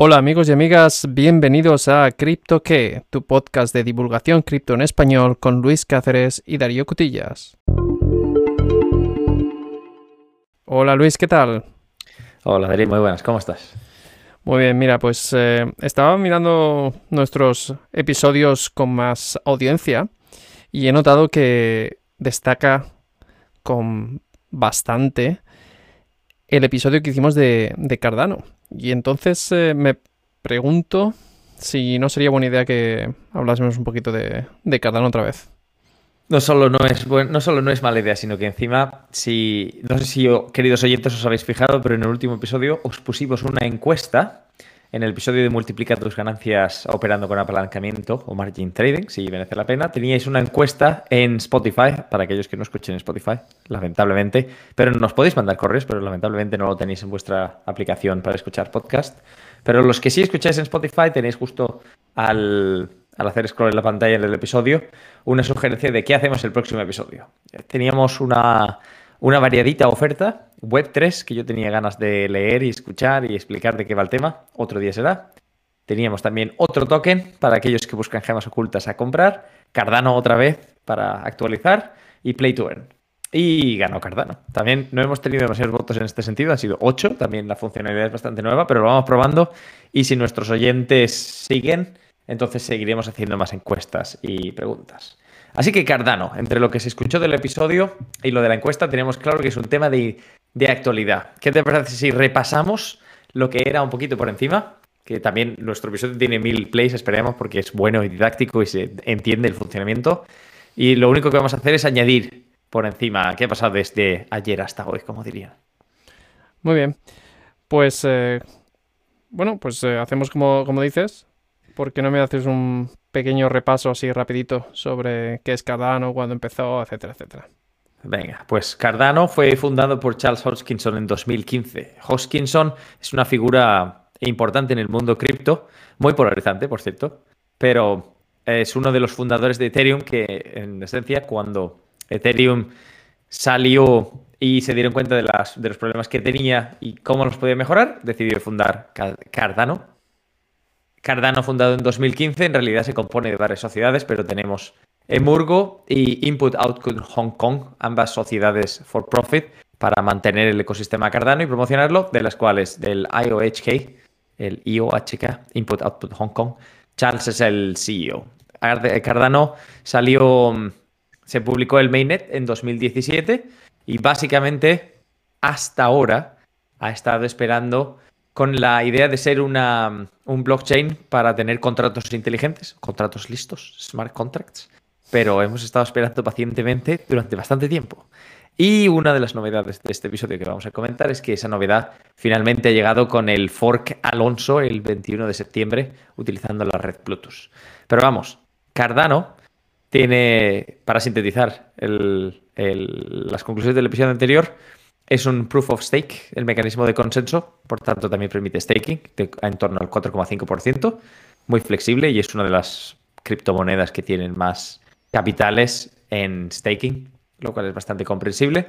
Hola amigos y amigas, bienvenidos a CryptoQué, tu podcast de divulgación cripto en español con Luis Cáceres y Darío Cutillas. Hola Luis, ¿qué tal? Hola Darío, muy buenas, ¿cómo estás? Muy bien, mira, pues estaba mirando nuestros episodios con más audiencia y he notado que destaca con bastante el episodio que hicimos de Cardano. Y entonces me pregunto si no sería buena idea que hablásemos un poquito de Cardano otra vez. No solo no es mala idea, sino que encima, no sé si queridos oyentes os habéis fijado, pero en el último episodio os pusimos una encuesta en el episodio de multiplica tus ganancias operando con apalancamiento o margin trading, si merece la pena. Teníais una encuesta en Spotify, para aquellos que no escuchen Spotify, lamentablemente, pero nos podéis mandar correos, pero lamentablemente no lo tenéis en vuestra aplicación para escuchar podcast. Pero los que sí escucháis en Spotify tenéis justo al hacer scroll en la pantalla del episodio una sugerencia de qué hacemos el próximo episodio. Teníamos una variadita oferta, Web3, que yo tenía ganas de leer y escuchar y explicar de qué va el tema. Otro día será. Teníamos también otro token para aquellos que buscan gemas ocultas a comprar. Cardano otra vez para actualizar. Y Play to Earn. Y ganó Cardano. También no hemos tenido demasiados votos en este sentido. Han sido 8. También la funcionalidad es bastante nueva, pero lo vamos probando. Y si nuestros oyentes siguen, entonces seguiremos haciendo más encuestas y preguntas. Así que Cardano, entre lo que se escuchó del episodio y lo de la encuesta, tenemos claro que es un tema de actualidad. ¿Qué te parece si repasamos lo que era un poquito por encima? Que también nuestro episodio tiene 1000 plays, esperemos, porque es bueno y didáctico y se entiende el funcionamiento. Y lo único que vamos a hacer es añadir por encima qué ha pasado desde ayer hasta hoy, como diría. Muy bien, pues hacemos como dices. ¿Por qué no me haces un pequeño repaso así rapidito sobre qué es Cardano, cuándo empezó, etcétera, etcétera? Venga, pues Cardano fue fundado por Charles Hoskinson en 2015. Hoskinson es una figura importante en el mundo cripto, muy polarizante, por cierto, pero es uno de los fundadores de Ethereum que, en esencia, cuando Ethereum salió y se dieron cuenta de los problemas que tenía y cómo los podía mejorar, decidió fundar Cardano. Cardano, fundado en 2015, en realidad se compone de varias sociedades, pero tenemos Emurgo y Input Output Hong Kong, ambas sociedades for profit, para mantener el ecosistema Cardano y promocionarlo, de las cuales del IOHK, el IOHK, Input Output Hong Kong, Charles es el CEO. Cardano se publicó el mainnet en 2017 y básicamente hasta ahora ha estado esperando con la idea de ser un blockchain para tener contratos inteligentes, contratos listos, smart contracts, pero hemos estado esperando pacientemente durante bastante tiempo. Y una de las novedades de este episodio que vamos a comentar es que esa novedad finalmente ha llegado con el fork Alonso el 21 de septiembre utilizando la red Plutus. Pero vamos, Cardano tiene, para sintetizar las conclusiones del episodio anterior, es un proof of stake, el mecanismo de consenso, por tanto también permite staking en torno al 4,5%, muy flexible y es una de las criptomonedas que tienen más capitales en staking, lo cual es bastante comprensible.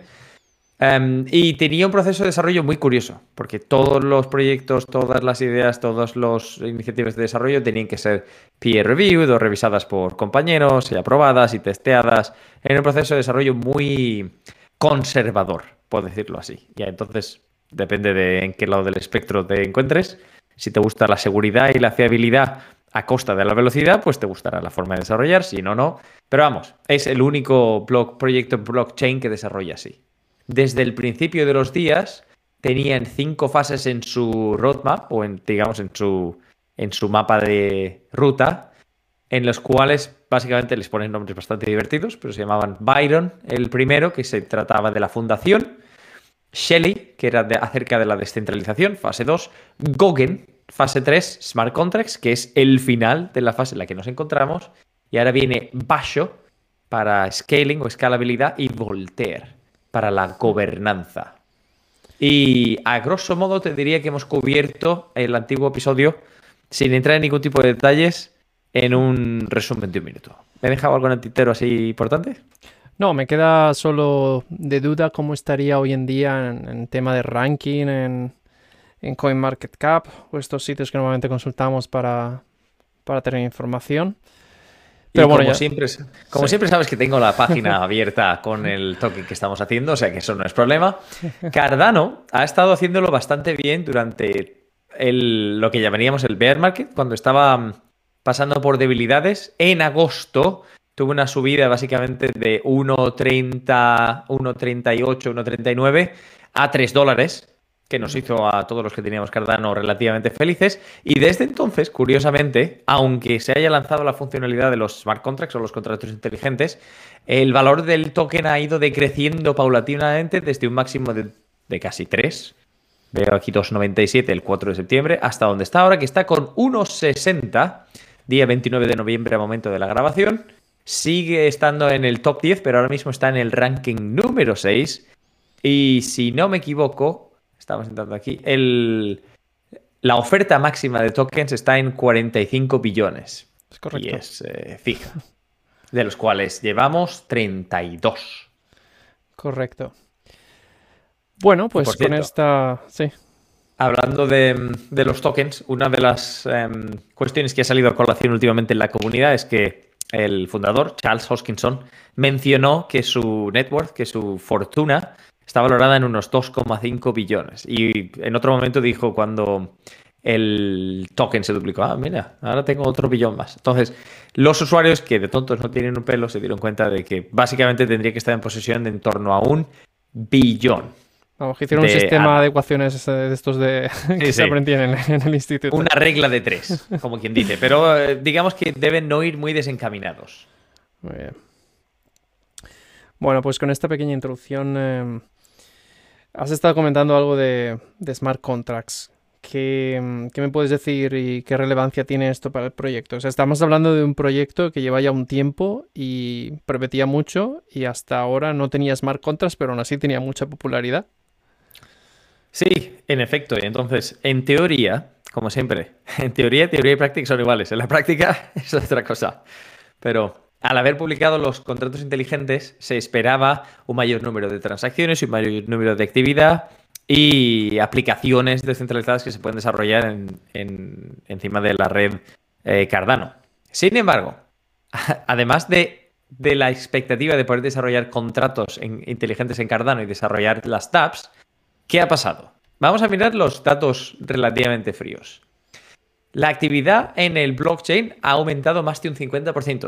Y tenía un proceso de desarrollo muy curioso, porque todos los proyectos, todas las ideas, todas las iniciativas de desarrollo tenían que ser peer reviewed o revisadas por compañeros y aprobadas y testeadas en un proceso de desarrollo muy conservador, por decirlo así. Y entonces depende de en qué lado del espectro te encuentres. Si te gusta la seguridad y la fiabilidad a costa de la velocidad, pues te gustará la forma de desarrollar, si no, no. Pero vamos, es el único proyecto blockchain que desarrolla así. Desde el principio de los días tenían 5 fases en su roadmap o en su mapa de ruta, en los cuales básicamente les ponen nombres bastante divertidos, pero se llamaban Byron, el primero, que se trataba de la fundación; Shelley, que era acerca de la descentralización, fase 2; Goguen, fase 3, Smart Contracts, que es el final de la fase en la que nos encontramos; y ahora viene Basho para scaling o escalabilidad y Voltaire para la gobernanza. Y a grosso modo te diría que hemos cubierto el antiguo episodio, sin entrar en ningún tipo de detalles, en un resumen de un minuto. ¿Me he dejado algo en el tintero así importante? No, me queda solo de duda cómo estaría hoy en día en tema de ranking en CoinMarketCap o estos sitios que normalmente consultamos para tener información. Pero y bueno, como siempre sabes que tengo la página abierta con el token que estamos haciendo, o sea que eso no es problema. Cardano ha estado haciéndolo bastante bien durante lo que llamaríamos el bear market, cuando estaba pasando por debilidades. En agosto tuvo una subida básicamente de 1,30, 1,38, 1,39 a $3, que nos hizo a todos los que teníamos Cardano relativamente felices. Y desde entonces, curiosamente, aunque se haya lanzado la funcionalidad de los smart contracts o los contratos inteligentes, el valor del token ha ido decreciendo paulatinamente desde un máximo de casi 3. Veo aquí 2,97 el 4 de septiembre, hasta donde está ahora, que está con 1,60, día 29 de noviembre a momento de la grabación. Sigue estando en el top 10, pero ahora mismo está en el ranking número 6. Y si no me equivoco, estamos entrando aquí, la oferta máxima de tokens está en 45 billones. Es correcto. Y es fija, de los cuales llevamos 32. Correcto. Bueno, pues con cierto, esta... Sí. Hablando de los tokens, una de las cuestiones que ha salido a colación últimamente en la comunidad es que el fundador, Charles Hoskinson, mencionó que su net worth, que su fortuna, está valorada en unos 2,5 billones. Y en otro momento dijo, cuando el token se duplicó, mira, ahora tengo otro billón más. Entonces, los usuarios que de tontos no tienen un pelo se dieron cuenta de que básicamente tendría que estar en posesión de en torno a 1 billón. Vamos, que hicieron un sistema de ecuaciones de estos que se aprendían en el instituto. Una regla de 3, como quien dice. Pero digamos que deben no ir muy desencaminados. Muy bien. Bueno, pues con esta pequeña introducción... has estado comentando algo de smart contracts. ¿Qué me puedes decir y qué relevancia tiene esto para el proyecto? O sea, estamos hablando de un proyecto que lleva ya un tiempo y prometía mucho y hasta ahora no tenía smart contracts, pero aún así tenía mucha popularidad. Sí, en efecto. Y entonces, en teoría, como siempre, en teoría y práctica son iguales. En la práctica es otra cosa. Pero al haber publicado los contratos inteligentes, se esperaba un mayor número de transacciones y un mayor número de actividad y aplicaciones descentralizadas que se pueden desarrollar encima de la red Cardano. Sin embargo, además de la expectativa de poder desarrollar contratos inteligentes en Cardano y desarrollar las dApps, ¿qué ha pasado? Vamos a mirar los datos relativamente fríos. La actividad en el blockchain ha aumentado más de un 50%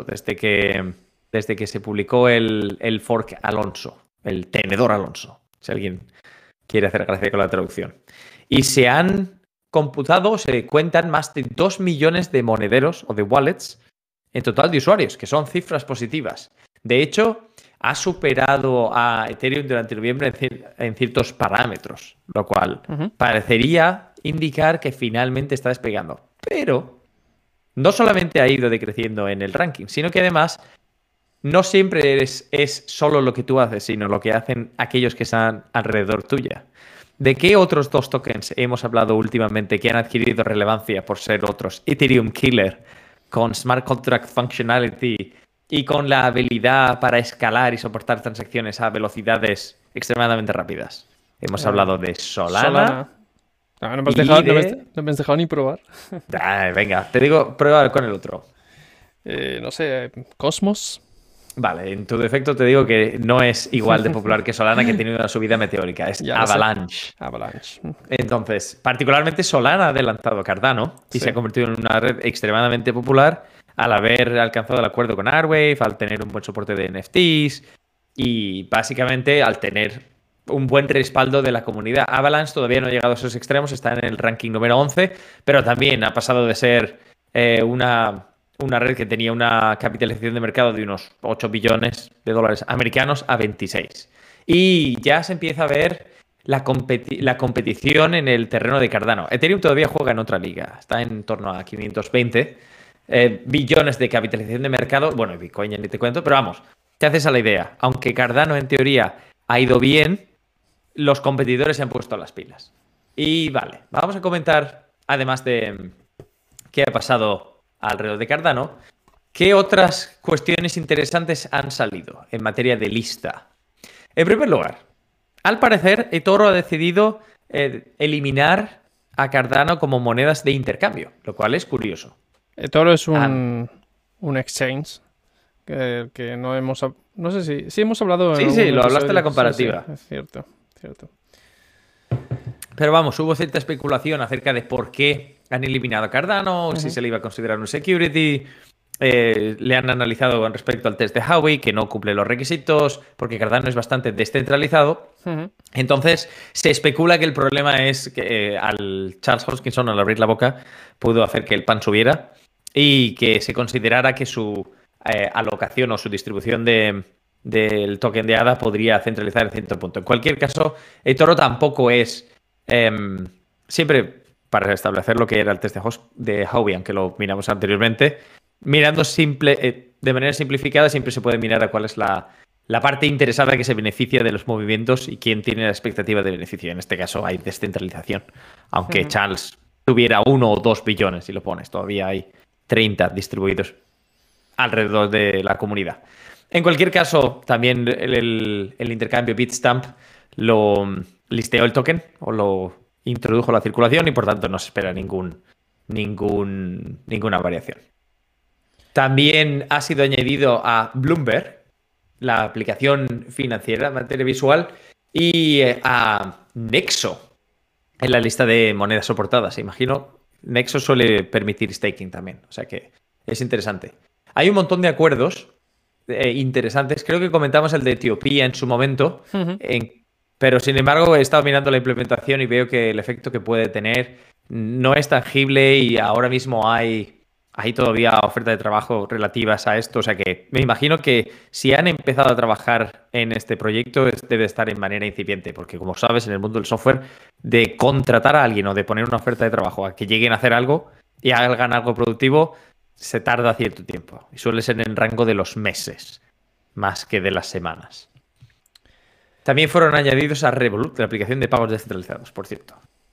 desde que se publicó el fork Alonso, el tenedor Alonso, si alguien quiere hacer gracia con la traducción. Y se han computado, se cuentan más de 2 millones de monederos o de wallets en total de usuarios, que son cifras positivas. De hecho, ha superado a Ethereum durante noviembre en ciertos parámetros, lo cual parecería indicar que finalmente está despegando. Pero no solamente ha ido decreciendo en el ranking, sino que además no siempre es solo lo que tú haces, sino lo que hacen aquellos que están alrededor tuya. ¿De qué otros dos tokens hemos hablado últimamente que han adquirido relevancia por ser otros? Ethereum Killer, con Smart Contract Functionality y con la habilidad para escalar y soportar transacciones a velocidades extremadamente rápidas. Hemos hablado de Solana. No me has dejado ni probar. Venga, te digo, prueba con el otro. No sé, Cosmos. Vale, en tu defecto te digo que no es igual de popular que Solana, que tiene una subida meteórica. Es Avalanche. Entonces, particularmente Solana ha adelantado Cardano y se ha convertido en una red extremadamente popular al haber alcanzado el acuerdo con Airwave, al tener un buen soporte de NFTs y básicamente al tener un buen respaldo de la comunidad. Avalanche todavía no ha llegado a esos extremos, está en el ranking número 11, pero también ha pasado de ser una red que tenía una capitalización de mercado de unos 8 billones de dólares americanos a 26. Y ya se empieza a ver la competición en el terreno de Cardano. Ethereum todavía juega en otra liga, está en torno a 520 billones de capitalización de mercado. Bueno, y Bitcoin ya ni te cuento, pero vamos, te haces a la idea. Aunque Cardano en teoría ha ido bien, los competidores se han puesto las pilas. Y vale, vamos a comentar, además de qué ha pasado alrededor de Cardano, qué otras cuestiones interesantes han salido en materia de lista. En primer lugar, al parecer, eToro ha decidido eliminar a Cardano como monedas de intercambio, lo cual es curioso. Toro es un exchange que no hemos... No sé si hemos hablado... Sí, lo hablaste en la comparativa. Sí, es cierto. Pero vamos, hubo cierta especulación acerca de por qué han eliminado a Cardano, si se le iba a considerar un security. Le han analizado con respecto al test de Howey, que no cumple los requisitos, porque Cardano es bastante descentralizado. Entonces, se especula que el problema es que al Charles Hoskinson, al abrir la boca, pudo hacer que el pan subiera y que se considerara que su alocación o su distribución del token de ADA podría centralizar en cierto punto. En cualquier caso, Toro tampoco es... siempre, para establecer lo que era el test de Howey, aunque lo miramos anteriormente, mirando de manera simplificada, siempre se puede mirar a cuál es la parte interesada que se beneficia de los movimientos y quién tiene la expectativa de beneficio. En este caso hay descentralización. Aunque Charles tuviera 1 o 2 billones, si lo pones, todavía hay 30 distribuidos alrededor de la comunidad. En cualquier caso, también el intercambio Bitstamp lo listeó el token o lo introdujo a la circulación y por tanto no se espera ninguna variación. También ha sido añadido a Bloomberg, la aplicación financiera en materia visual, y a Nexo en la lista de monedas soportadas. Imagino, Nexo suele permitir staking también, o sea que es interesante. Hay un montón de acuerdos interesantes. Creo que comentamos el de Etiopía en su momento, pero sin embargo he estado mirando la implementación y veo que el efecto que puede tener no es tangible y ahora mismo hay todavía ofertas de trabajo relativas a esto. O sea que me imagino que si han empezado a trabajar en este proyecto debe estar en manera incipiente, porque como sabes, en el mundo del software, de contratar a alguien o de poner una oferta de trabajo a que lleguen a hacer algo y hagan algo productivo, se tarda cierto tiempo y suele ser en rango de los meses más que de las semanas. También fueron añadidos a Revolut, la aplicación de pagos descentralizados, por cierto.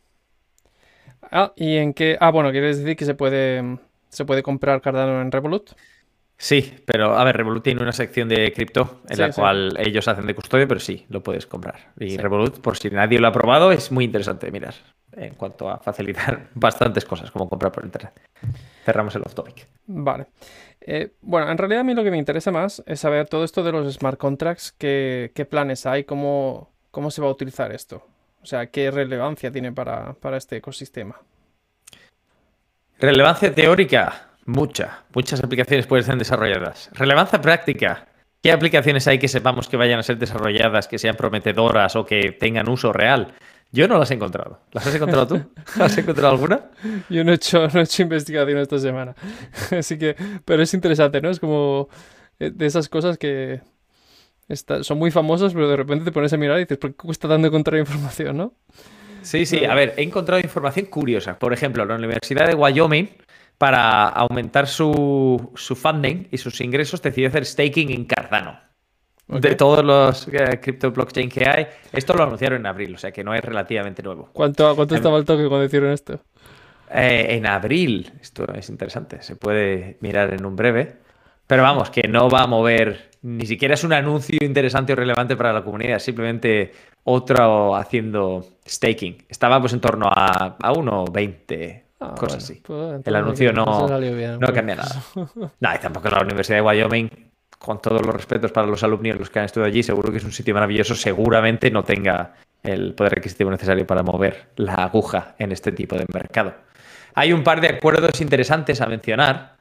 ¿Y en qué? Bueno, ¿quieres decir que se puede comprar Cardano en Revolut? Sí, pero a ver, Revolut tiene una sección de cripto en la cual ellos hacen de custodio, pero sí, lo puedes comprar. Y Revolut, por si nadie lo ha probado, es muy interesante de mirar en cuanto a facilitar bastantes cosas, como comprar por internet. Cerramos el off topic. Vale. Bueno, en realidad a mí lo que me interesa más es saber todo esto de los smart contracts, qué planes hay, cómo se va a utilizar esto. O sea, qué relevancia tiene para este ecosistema. Relevancia teórica, muchas aplicaciones pueden ser desarrolladas. Relevancia práctica, ¿qué aplicaciones hay que sepamos que vayan a ser desarrolladas, que sean prometedoras o que tengan uso real? Yo no las he encontrado. ¿Las has encontrado tú? ¿Has encontrado alguna? Yo no he hecho investigación esta semana. Así que, pero es interesante, ¿no? Es como de esas cosas que son muy famosas, pero de repente te pones a mirar y dices, ¿por qué cuesta tanto encontrar información, no? Sí. A ver, he encontrado información curiosa. Por ejemplo, la Universidad de Wyoming, para aumentar su funding y sus ingresos, decidió hacer staking en Cardano. Okay. De todos los cripto blockchain que hay. Esto lo anunciaron en abril, o sea que no es relativamente nuevo. ¿Cuánto estaba el toque cuando hicieron esto? En abril. Esto es interesante. Se puede mirar en un breve. Pero vamos, que no va a mover... Ni siquiera es un anuncio interesante o relevante para la comunidad. Simplemente otro haciendo staking. Estaba pues en torno a 1.20, cosas así. Pues, el anuncio no cambia nada. No, y tampoco la Universidad de Wyoming... Con todos los respetos para los alumnos, los que han estudiado allí, seguro que es un sitio maravilloso, seguramente no tenga el poder adquisitivo necesario para mover la aguja en este tipo de mercado. Hay un par de acuerdos interesantes a mencionar.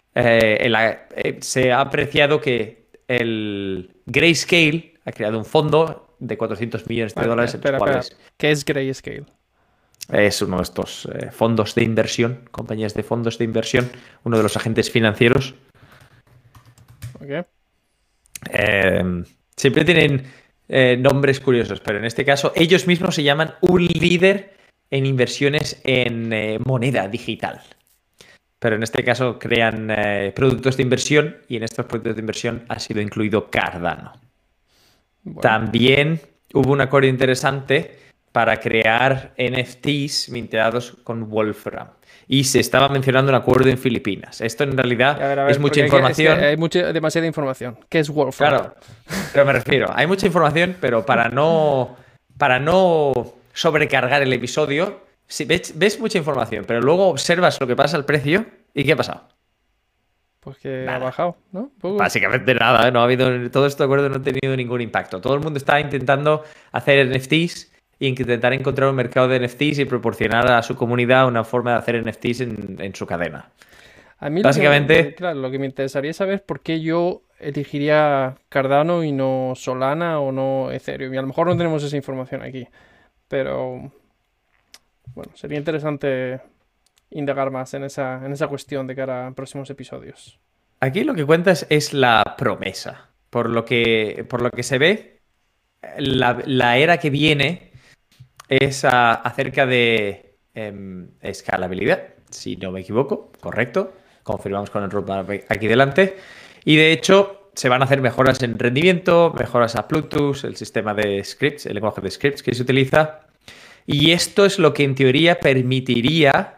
Se ha apreciado que el Grayscale ha creado un fondo de $400 millones de dólares. Espera. ¿Qué es Grayscale? Es uno de estos fondos de inversión, compañías de fondos de inversión, uno de los agentes financieros. Okay. Siempre tienen nombres curiosos, pero en este caso ellos mismos se llaman un líder en inversiones en moneda digital. Pero en este caso crean productos de inversión y en estos productos de inversión ha sido incluido Cardano. Bueno. También hubo un acuerdo interesante para crear NFTs minteados con Wolfram. Y se estaba mencionando un acuerdo en Filipinas. Esto en realidad es mucha información. Hay demasiada información. ¿Qué es Wolfram? Claro, pero me refiero, hay mucha información, pero para no sobrecargar el episodio, sí, ves mucha información, pero luego observas lo que pasa al precio y ¿qué ha pasado? Pues que ha Nada. bajado, ¿no? Un poco. Básicamente nada, ¿eh? No ha habido, todo este acuerdo no ha tenido ningún impacto. Todo el mundo está intentando hacer NFTs e intentar encontrar un mercado de NFTs y proporcionar a su comunidad una forma de hacer NFTs en su cadena. A mí Básicamente, claro, lo que me interesaría saber es por qué yo elegiría Cardano y no Solana o no Ethereum. Y a lo mejor no tenemos esa información aquí, pero bueno, sería interesante indagar más en esa cuestión de cara a próximos episodios. aquí lo que cuentas es la promesa. Por lo que se ve, la era que viene es acerca de escalabilidad, si no me equivoco, correcto. Confirmamos con el roadmap aquí delante. Y de hecho, se van a hacer mejoras en rendimiento, mejoras a Bluetooth, el sistema de scripts, el lenguaje de scripts que se utiliza. Y esto es lo que en teoría permitiría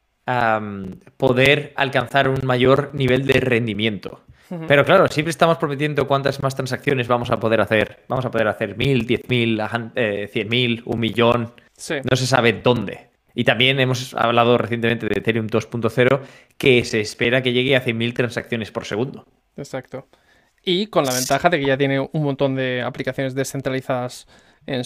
poder alcanzar un mayor nivel de rendimiento. Ujú. Pero claro, siempre estamos prometiendo cuántas más transacciones vamos a poder hacer. Vamos a poder hacer 1000, 10.000, 100.000, 1.000.000. Sí, No se sabe dónde. Y también hemos hablado recientemente de Ethereum 2.0, que se espera que llegue a 100.000 transacciones por segundo. exacto. Y con la ventaja de que ya tiene un montón de aplicaciones descentralizadas en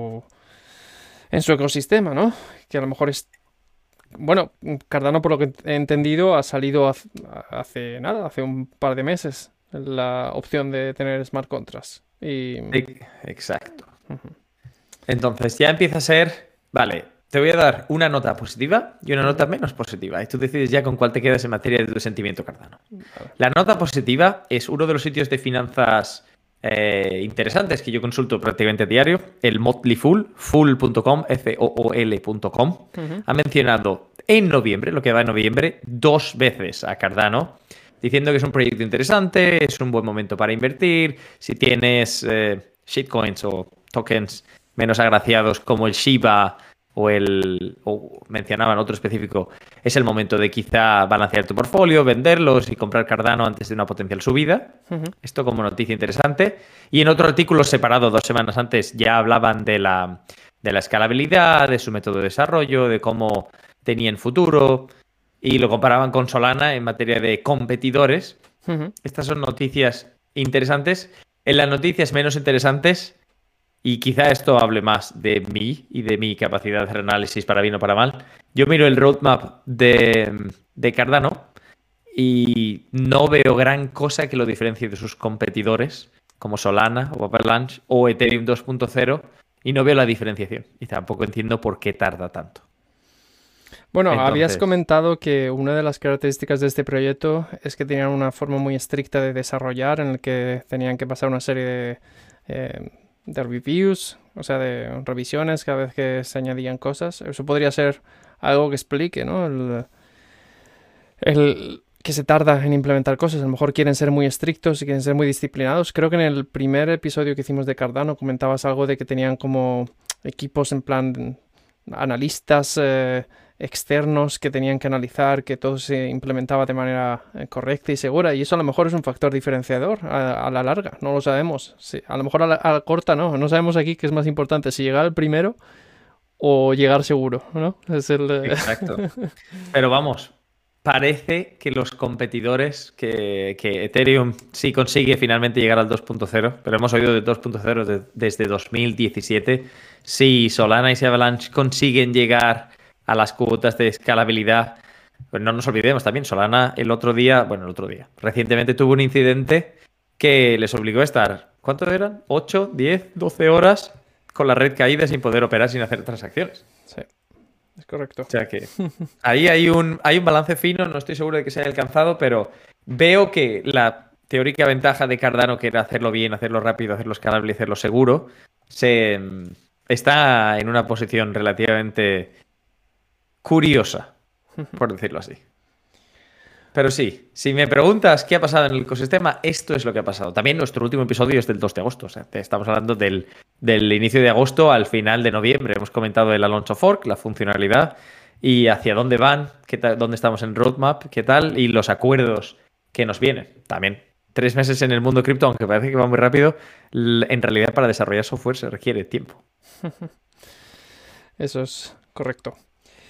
en su ecosistema, ¿no? Que a lo mejor es. Bueno, Cardano, por lo que he entendido, ha salido hace nada, hace un par de meses, la opción de tener smart contracts. Y. Exacto. Ujú. Entonces ya empieza a ser, vale, te voy a dar una nota positiva y una nota menos positiva. Y tú decides ya con cuál te quedas en materia de tu sentimiento Cardano. Vale. La nota positiva es uno de los sitios de finanzas interesantes que yo consulto prácticamente a diario, el Motley Fool, fool.com, fool.com, Ujú. ha mencionado en noviembre, lo que va en noviembre, 2 veces a Cardano, diciendo que es un proyecto interesante, es un buen momento para invertir, si tienes shitcoins o tokens menos agraciados como el Shiba o mencionaban otro específico, es el momento de quizá balancear tu portfolio, venderlos y comprar Cardano antes de una potencial subida. Ujú. Esto como noticia interesante. Y en otro artículo separado 2 semanas antes ya hablaban de la escalabilidad, de su método de desarrollo, de cómo tenían futuro y lo comparaban con Solana en materia de competidores. Ujú. Estas son noticias interesantes. En las noticias menos interesantes, y quizá esto hable más de mí y de mi capacidad de hacer análisis para bien o para mal, yo miro el roadmap de Cardano y no veo gran cosa que lo diferencie de sus competidores como Solana o Avalanche o Ethereum 2.0 y no veo la diferenciación y tampoco entiendo por qué tarda tanto. Bueno, habías Entonces, comentado que una de las características de este proyecto es que tenían una forma muy estricta de desarrollar, en el que tenían que pasar una serie de reviews, o sea, de revisiones cada vez que se añadían cosas. Eso podría ser algo que explique, ¿no? El que se tarda en implementar cosas. A lo mejor quieren ser muy estrictos y quieren ser muy disciplinados. Creo que en el primer episodio que hicimos de Cardano comentabas algo de que tenían como equipos en plan analistas externos que tenían que analizar que todo se implementaba de manera correcta y segura, y eso a lo mejor es un factor diferenciador a la larga, no lo sabemos. Sí, a lo mejor a la corta no sabemos aquí qué es más importante, si llegar al primero o llegar seguro, ¿no? Es el... exacto. Pero vamos, parece que los competidores, que Ethereum sí consigue finalmente llegar al 2.0, pero hemos oído de 2.0 desde 2017. Si Solana y si Avalanche consiguen llegar a las cuotas de escalabilidad, pues no nos olvidemos también, Solana recientemente tuvo un incidente que les obligó a estar, ¿cuánto eran? ¿8, 10, 12 horas con la red caída sin poder operar, sin hacer transacciones? Sí, es correcto. O sea que ahí hay un balance fino, no estoy seguro de que se haya alcanzado, pero veo que la teórica ventaja de Cardano, que era hacerlo bien, hacerlo rápido, hacerlo escalable y hacerlo seguro, está en una posición relativamente curiosa, por decirlo así. Pero sí, si me preguntas qué ha pasado en el ecosistema, esto es lo que ha pasado. También nuestro último episodio es del 2 de agosto. O sea, estamos hablando del inicio de agosto al final de noviembre. Hemos comentado el Alonso Fork, la funcionalidad y hacia dónde van, dónde estamos en roadmap, qué tal, y los acuerdos que nos vienen. También 3 meses en el mundo cripto, aunque parece que va muy rápido, en realidad para desarrollar software se requiere tiempo. Eso es correcto.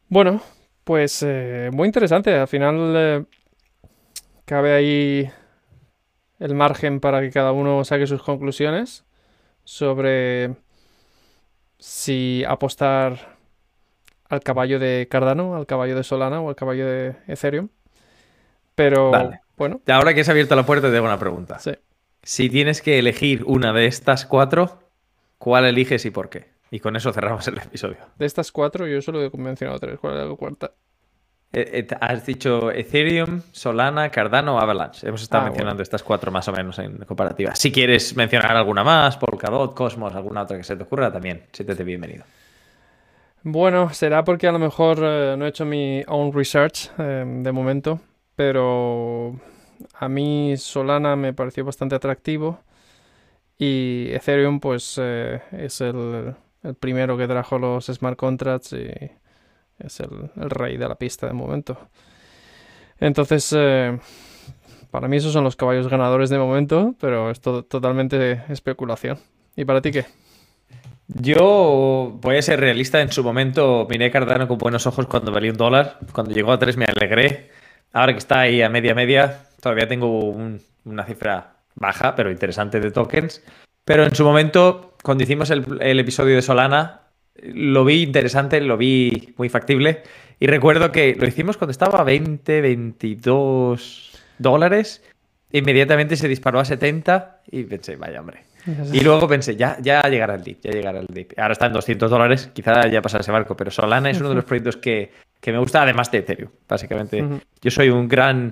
Bueno, pues muy interesante. Al final cabe ahí el margen para que cada uno saque sus conclusiones sobre si apostar al caballo de Cardano, al caballo de Solana o al caballo de Ethereum. Pero Vale. bueno, Ahora que has abierto la puerta, te hago una pregunta. sí. Si tienes que elegir una de estas cuatro, ¿cuál eliges y por qué? Y con eso cerramos el episodio. De estas cuatro, yo solo he mencionado tres. ¿Cuál es la cuarta? Has dicho Ethereum, Solana, Cardano o Avalanche. Hemos estado mencionando Bueno. estas cuatro más o menos en comparativa. Si quieres mencionar alguna más, Polkadot, Cosmos, alguna otra que se te ocurra, también, siéntete bienvenido. Bueno, será porque a lo mejor no he hecho mi own research de momento, pero a mí Solana me pareció bastante atractivo y Ethereum pues es el primero que trajo los smart contracts y es el rey de la pista de momento. Entonces, para mí esos son los caballos ganadores de momento, pero es totalmente especulación. ¿Y para ti qué? Yo voy a ser realista. En su momento miré Cardano con buenos ojos cuando valía $1. Cuando llegó a 3 me alegré. Ahora que está ahí a media, todavía tengo una cifra baja, pero interesante de tokens. Pero en su momento, cuando hicimos el episodio de Solana, lo vi interesante, lo vi muy factible. Y recuerdo que lo hicimos cuando estaba a 20, $22. Inmediatamente se disparó a 70 y pensé, vaya hombre. Y luego pensé, ya llegará el dip, ya llegará el dip. Ahora está en $200, quizá ya pasará ese barco, pero Solana es uno de los proyectos que me gusta, además de Ethereum, básicamente. Yo soy un gran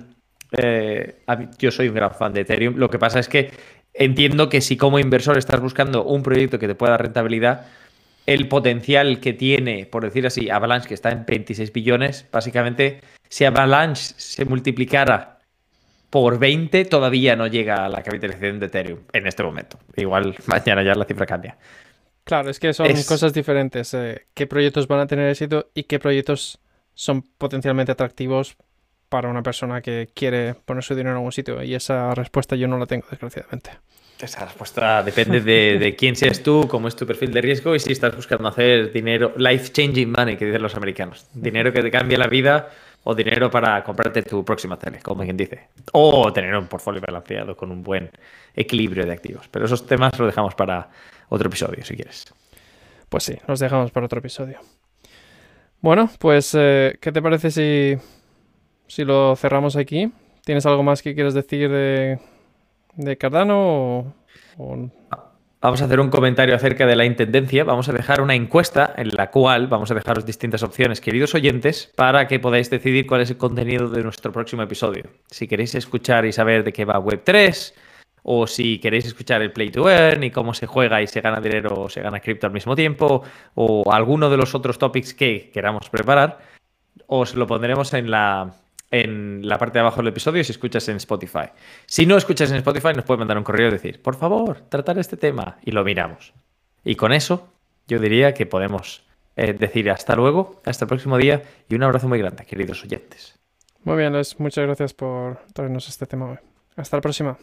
fan de Ethereum. Lo que pasa es que entiendo que si como inversor estás buscando un proyecto que te pueda dar rentabilidad, el potencial que tiene, por decir así, Avalanche, que está en 26 billones, básicamente, si Avalanche se multiplicara por 20 todavía no llega a la capitalización de Ethereum en este momento. Igual mañana ya la cifra cambia. Claro, es que son cosas diferentes. ¿Qué proyectos van a tener éxito y qué proyectos son potencialmente atractivos para una persona que quiere poner su dinero en algún sitio? Y esa respuesta yo no la tengo, desgraciadamente. Esa respuesta depende de quién seas tú, cómo es tu perfil de riesgo y si estás buscando hacer dinero, life-changing money, que dicen los americanos. Dinero que te cambie la vida o dinero para comprarte tu próxima tele, como quien dice. O tener un portfolio balanceado con un buen equilibrio de activos. Pero esos temas los dejamos para otro episodio, si quieres. Pues sí, los dejamos para otro episodio. Bueno, pues, ¿qué te parece si lo cerramos aquí? ¿Tienes algo más que quieras decir de Cardano o... Vamos a hacer un comentario acerca de la intendencia. Vamos a dejar una encuesta en la cual vamos a dejaros distintas opciones, queridos oyentes, para que podáis decidir cuál es el contenido de nuestro próximo episodio. Si queréis escuchar y saber de qué va Web3, o si queréis escuchar el Play to Earn y cómo se juega y se gana dinero o se gana cripto al mismo tiempo, o alguno de los otros topics que queramos preparar, os lo pondremos en la parte de abajo del episodio si escuchas en Spotify. Si no escuchas en Spotify, nos puedes mandar un correo y decir, por favor, tratar este tema y lo miramos. Y con eso, yo diría que podemos decir hasta luego, hasta el próximo día y un abrazo muy grande, queridos oyentes. Muy bien, Les, muchas gracias por traernos este tema hoy. Hasta la próxima.